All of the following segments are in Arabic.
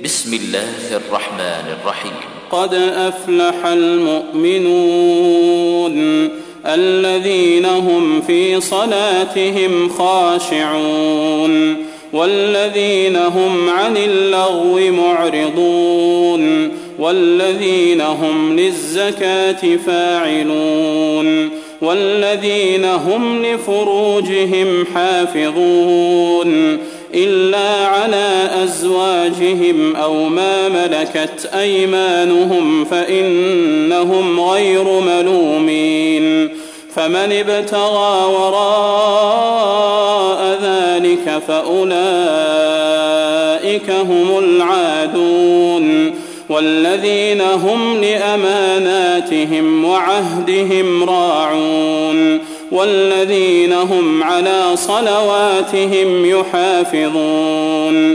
بسم الله الرحمن الرحيم. قد أفلح المؤمنون الذين هم في صلاتهم خاشعون والذين هم عن اللغو معرضون والذين هم للزكاة فاعلون والذين هم لفروجهم حافظون إلا على أزواجهم أو ما ملكت أيمانهم فإنهم غير ملومين فمن ابتغى وراء ذلك فأولئك هم العادون والذين هم لأماناتهم وعهدهم راعون والذين هم على صلواتهم يحافظون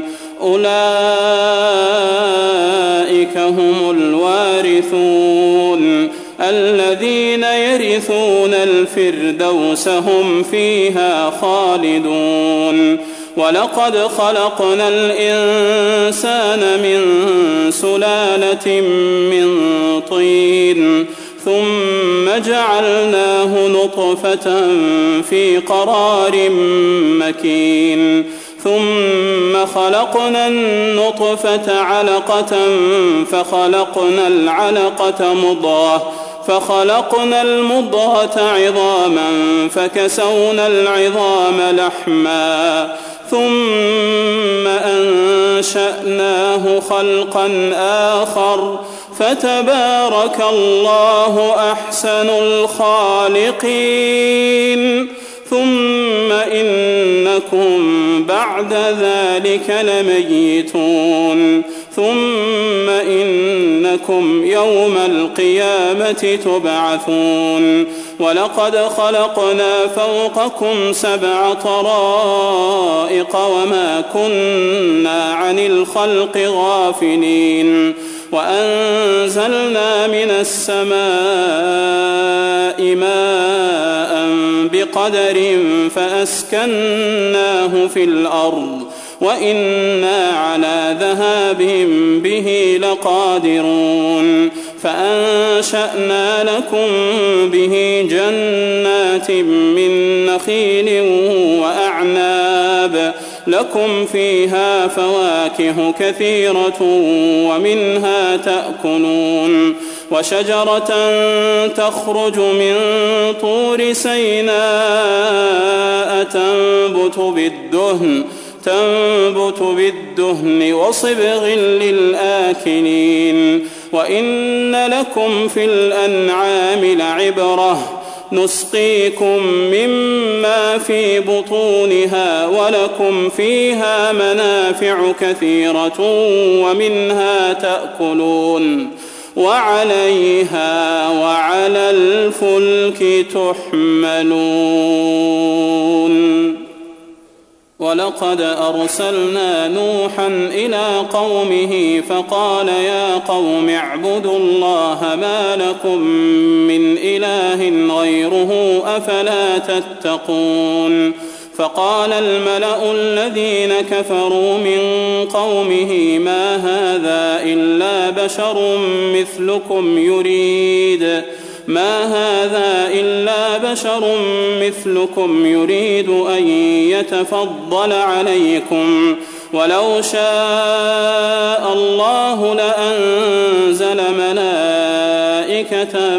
أولئك هم الوارثون الذين يرثون الفردوس هم فيها خالدون ولقد خلقنا الإنسان من سلالة من طين ثم جعلناه نطفة في قرار مكين ثم خلقنا النطفة علقة فخلقنا المضغة عظاما فكسونا العظام لحما ثم أنشأناه خلقا آخر فتبارك الله أحسن الخالقين ثم إنكم بعد ذلك لميتون ثم إنكم يوم القيامة تبعثون ولقد خلقنا فوقكم 7 طرائق وما كنا عن الخلق غافلين وأنزلنا من السماء ماء بقدر فأسكناه في الأرض وإنا على ذهاب به لقادرون فأنشأنا لكم به جنات من نخيل وأعناب لكم فيها فواكه كثيرة ومنها تأكلون وشجرة تخرج من طور سيناء تنبت بالدهن وصبغ للآكلين وإن لكم في الأنعام لعبرة نسقيكم مما في بطونها ولكم فيها منافع كثيرة ومنها تأكلون وعليها وعلى الفلك تحملون ولقد أرسلنا نوحا إلى قومه فقال يا قوم اعبدوا الله ما لكم من إله غيره أفلا تتقون فقال الملأ الذين كفروا من قومه ما هذا إلا بشر مثلكم يريد أن يتفضل عليكم ولو شاء الله لأنزل ملائكة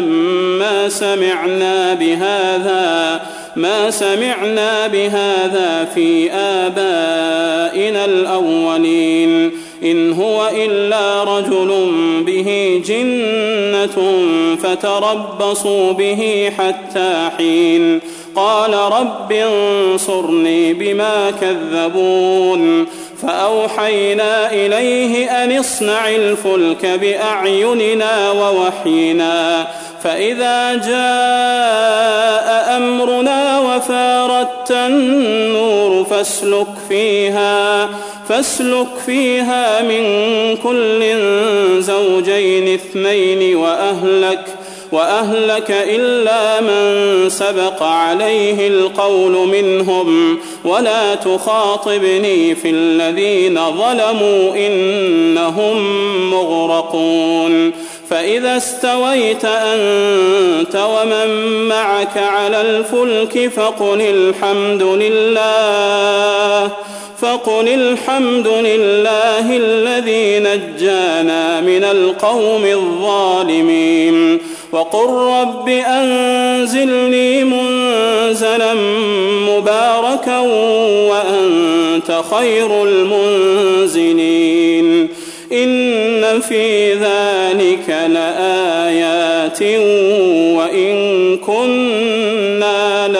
ما سمعنا بهذا في آبائنا الأولين إن هو إلا رجل به جنة فتربصوا به حتى حين قال رب انصرني بما كذبون فأوحينا إليه أن اصنع الفلك بأعيننا ووحينا فإذا جاء أمرنا وفارت النور فاسلك فيها من كل زوجين 2 وأهلك إلا من سبق عليه القول منهم ولا تخاطبني في الذين ظلموا إنهم مغرقون فإذا استويت أنت ومن معك على الفلك فقل الحمد لله الذي نجانا من القوم الظالمين وقل رب أنزلني منزلا مباركا وأنت خير المنزلين إن في ذلك لآيات وإن كنا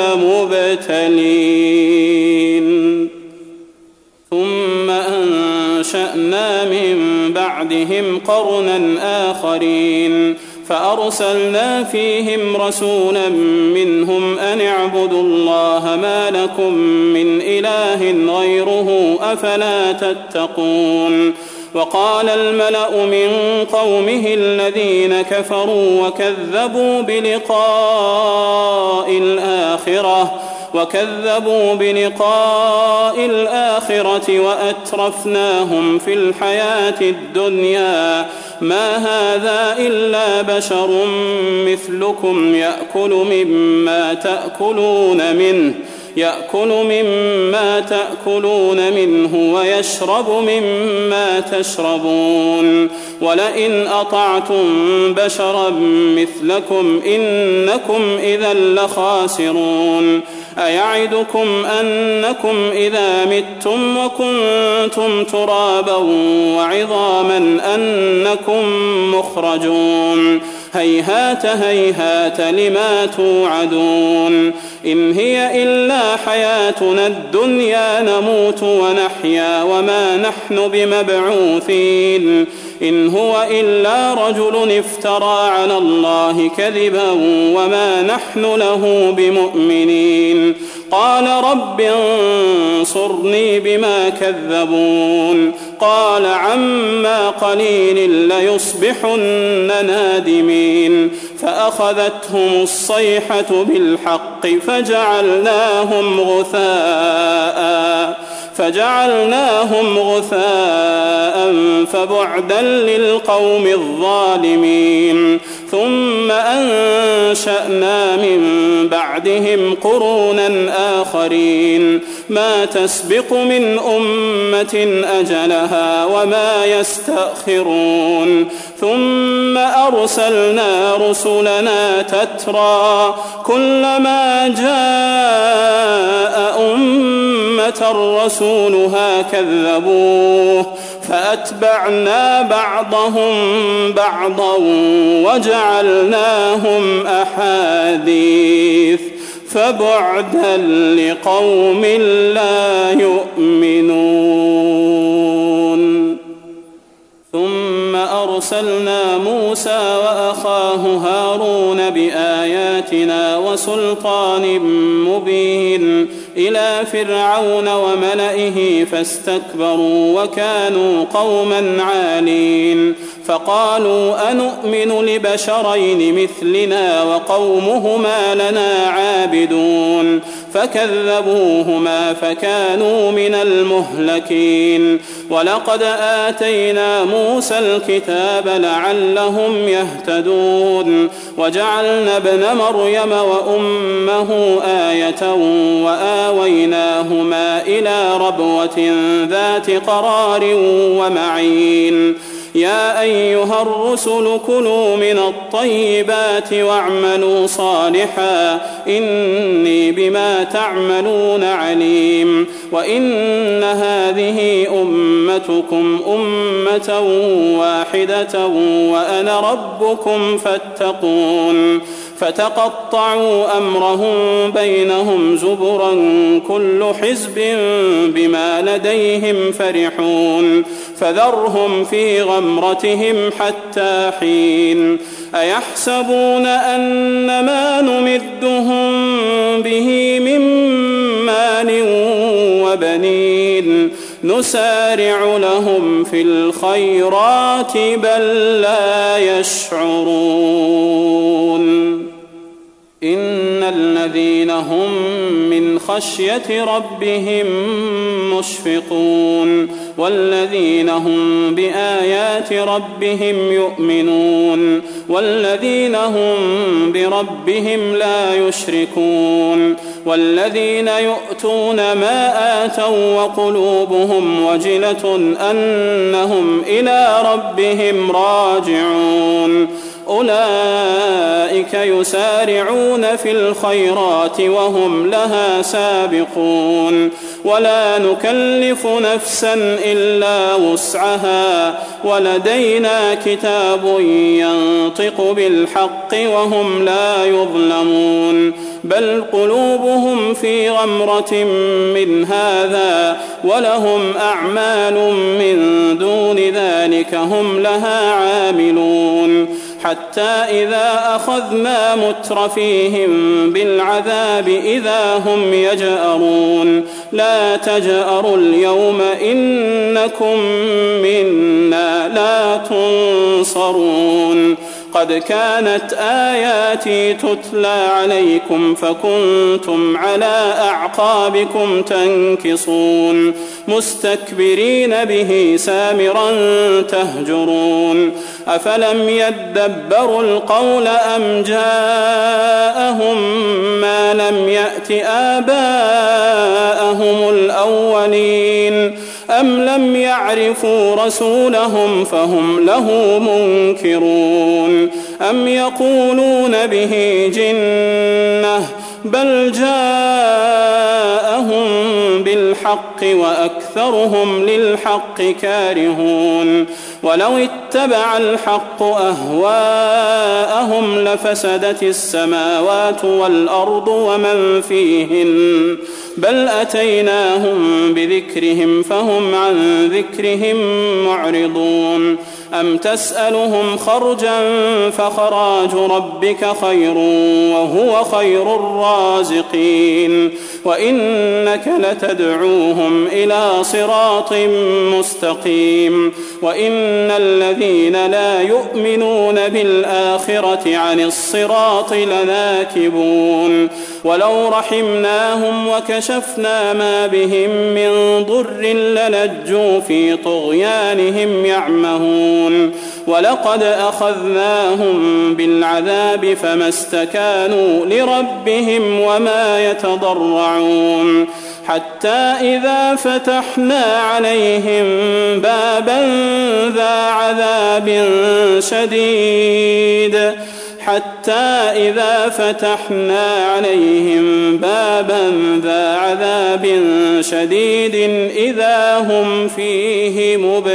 لمبتلين ثم أنشأنا من بعدهم قرنا آخرين فأرسلنا فيهم رسولا منهم أن اعبدوا الله ما لكم من إله غيره أفلا تتقون وقال الملأ من قومه الذين كفروا وكذبوا بلقاء الآخرة وأترفناهم في الحياة الدنيا ما هذا إلا بشر مثلكم يأكل مما تأكلون منه ويشرب مما تشربون ولئن أطعتم بشرا مثلكم إنكم إذا لخاسرون أيعدكم أنكم إذا متم وكنتم ترابا وعظاما أنكم مخرجون هيهات هيهات لما توعدون إن هي إلا حياتنا الدنيا نموت ونحيا وما نحن بمبعوثين إن هو إلا رجل افترى على الله كذبا وما نحن له بمؤمنين قال رب انصرني بما كذبون قال عما قليل ليصبحن نادمين فأخذتهم الصيحة بالحق فجعلناهم غثاء فبعدا للقوم الظالمين ثم أنشأنا من بعدهم قرونا آخرين ما تسبق من أمة أجلها وما يستأخرون ثم أرسلنا رسلنا تترى كلما جاء أمة رسولها كذبوه فأتبعنا بعضهم بعضا وجعلناهم أحاديث فبعدا لقوم لا يؤمنون ثم أرسلنا موسى وأخاه هارون بآياتنا وسلطان مبين إلى فرعون وملئه فاستكبروا وكانوا قوما عالين فقالوا أنؤمن لبشرين مثلنا وقومهما لنا عابدون فكذبوهما فكانوا من المهلكين ولقد آتينا موسى الكتاب لعلهم يهتدون وجعلنا ابن مريم وأمه آية وآويناهما إلى ربوة ذات قرار ومعين يا أيها الرسل كلوا من الطيبات واعملوا صالحا إني بما تعملون عليم وإن هذه أمتكم أمة واحدة وأنا ربكم فاتقون فتقطعوا أمرهم بينهم زبرا كل حزب بما لديهم فرحون فذرهم في غمرتهم حتى حين أيحسبون أن ما نمدهم به من مال وبنين نسارع لهم في الخيرات بل لا يشعرون إن الذين هم من خشية ربهم مشفقون والذين هم بآيات ربهم يؤمنون والذين هم بربهم لا يشركون والذين يؤتون ما آتوا وقلوبهم وجلة أنهم إلى ربهم راجعون أولئك يسارعون في الخيرات وهم لها سابقون ولا نكلف نفسا إلا وسعها ولدينا كتاب ينطق بالحق وهم لا يظلمون بل قلوبهم في غمرة من هذا ولهم أعمال من دون ذلك هم لها عاملون حتى إذا أخذنا مترفيهم بالعذاب إذا هم يجأرون لا تجأروا اليوم إنكم منا لا تنصرون قد كانت آياتي تتلى عليكم فكنتم على أعقابكم تنكصون مستكبرين به سامرا تهجرون أفلم يدبروا القول أم جاءهم ما لم يأت آباءهم الأولين أم لم يعرفوا رسولهم فهم له منكرون أم يقولون به جنة بل جاءهم بالحق وأكثرهم للحق كارهون ولو اتبع الحق أهواءهم لفسدت السماوات والأرض ومن فيهن بل أتيناهم بذكرهم فهم عن ذكرهم معرضون أم تسألهم خرجا فخراج ربك خير وهو خير الرازقين وإنك لتدعوهم إلى صراط مستقيم وإن الذين لا يؤمنون بالآخرة عن الصراط لناكبون ولو رحمناهم وكشفنا ما بهم من ضر للجوا في طغيانهم يعمهون ولقد أخذناهم بالعذاب فما استكانوا لربهم وما يتضرعون حتى إذا فتحنا عليهم بابا ذا عذاب شديد إذا هم فيه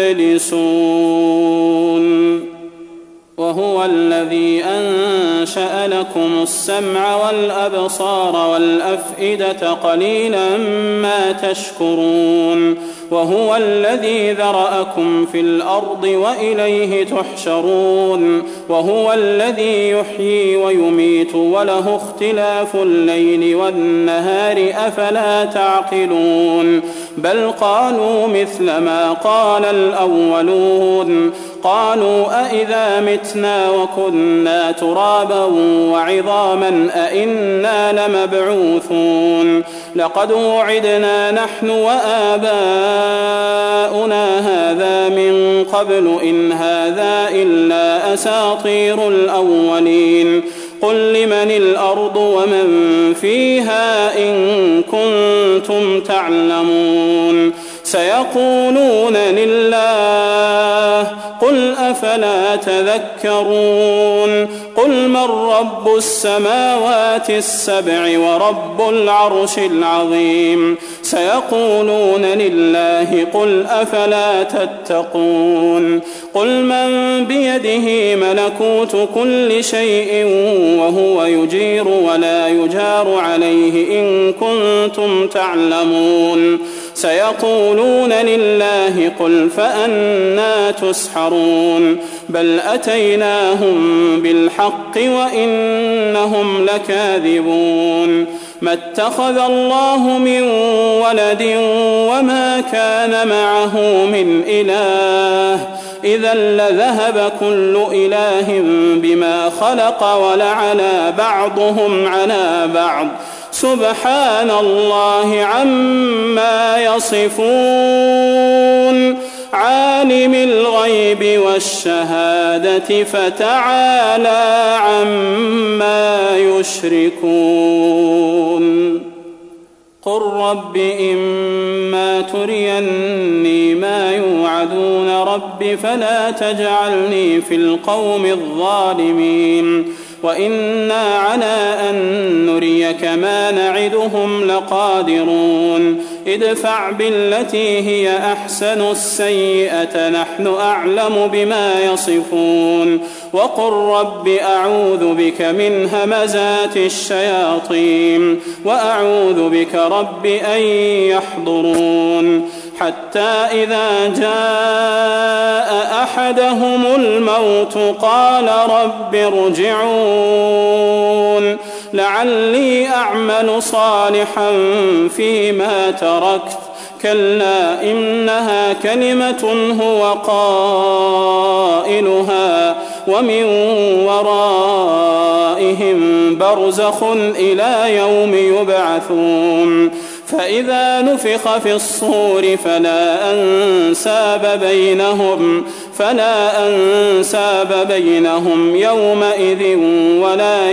مبلسون وهو الذي أنشأ لكم السمع والأبصار والأفئدة قليلا ما تشكرون وهو الذي ذرأكم في الأرض وإليه تحشرون وهو الذي يحيي ويميت وله اختلاف الليل والنهار أفلا تعقلون بل قالوا مثل ما قال الأولون قالوا أئذا متنا وكنا ترابا وعظاما أئنا لمبعوثون لقد وعدنا نحن وآباؤنا هذا من قبل إن هذا إلا أساطير الأولين قل لمن الأرض ومن فيها إن كنتم تعلمون سيقولون لله قل أفلا تذكرون قل من رب السماوات السبع ورب العرش العظيم سيقولون لله قل أفلا تتقون قل من بيده ملكوت كل شيء وهو يجير ولا يجار عليه إن كنتم تعلمون سيقولون لله قل فأنى تسحرون بل أتيناهم بالحق وإنهم لكاذبون ما اتخذ الله من ولد وما كان معه من إله إذا لذهب كل إله بما خلق ولعلى بعضهم على بعض سبحان الله عما يصفون عالم الغيب والشهادة فتعالى عما يشركون قل رب إما تريني ما يوعدون رب فلا تجعلني في القوم الظالمين وإنا على أن نريك ما نعدهم لقادرون ادفع بالتي هي أحسن السيئة نحن أعلم بما يصفون وقل رب أعوذ بك من همزات الشياطين وأعوذ بك رب أن يحضرون حتى إذا جاء أحدهم الموت قال رب ارجعون لعلي أعمل صالحا فيما تركت كلا إنها كلمة هو قائلها ومن ورائهم برزخ إلى يوم يبعثون فإذا نفخ في الصور فلا أنساب بينهم يومئذ ولا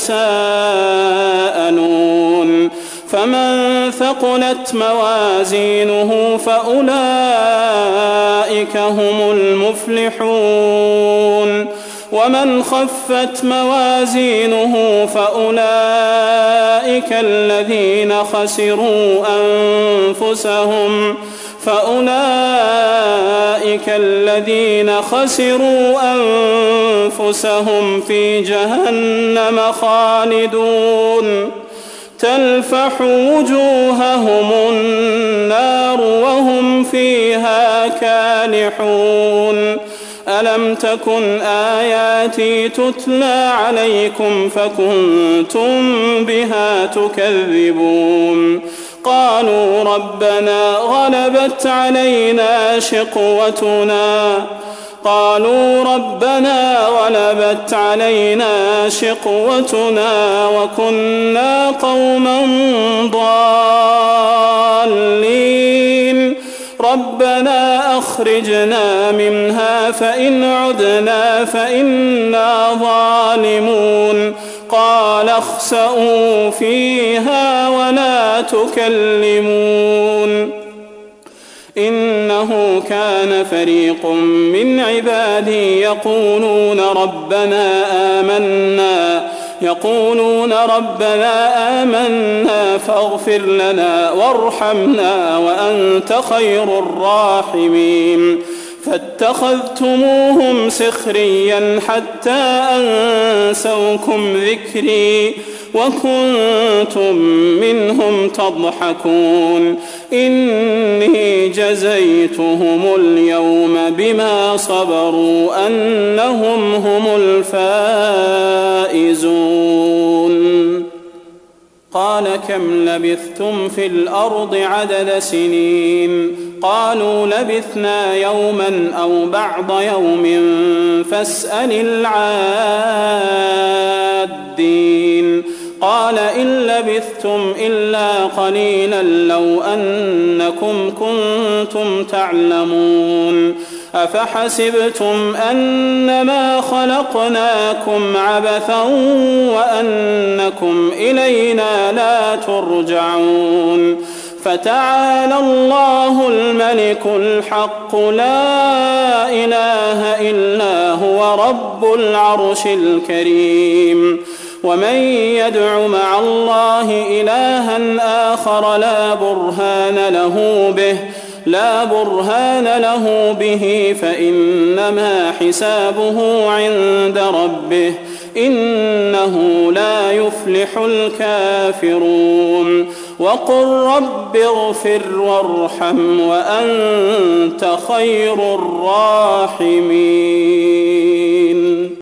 يتساءلون فمن ثقلت موازينه فأولئك هم المفلحون ومن خفت موازينه فأولئك الذين خسروا أنفسهم في جهنم خالدون تلفح وجوههم النار وهم فيها كالحون ألم تكن آياتي تتلى عليكم فكنتم بها تكذبون قالوا ربنا غلبت علينا شقوتنا وكنا قوما ضالين ربنا أخرجنا منها فإن عدنا فإنا ظالمون قال اخسئوا فيها ولا تكلمون إنه كان فريق من عبادي يقولون ربنا آمنا فاغفر لنا وارحمنا وأنت خير الراحمين فاتخذتموهم سخريا حتى أنسوكم ذكري وكنتم منهم تضحكون إني جزيتهم اليوم بما صبروا أنهم هم الفائزون قال كم لبثتم في الأرض عدد سنين قالوا لبثنا يوما أو بعض يوم فاسأل العادين قال إن لبثتم إلا قليلا لو أنكم كنتم تعلمون أفحسبتم أنما خلقناكم عبثا وأنكم إلينا لا ترجعون فتعالى الله الملك الحق لا إله إلا هو رب العرش الكريم ومن يدع مع الله إلها آخر لا برهان له به فإنما حسابه عند ربه إنه لا يفلح الكافرون وقل رب اغفر وارحم وأنت خير الراحمين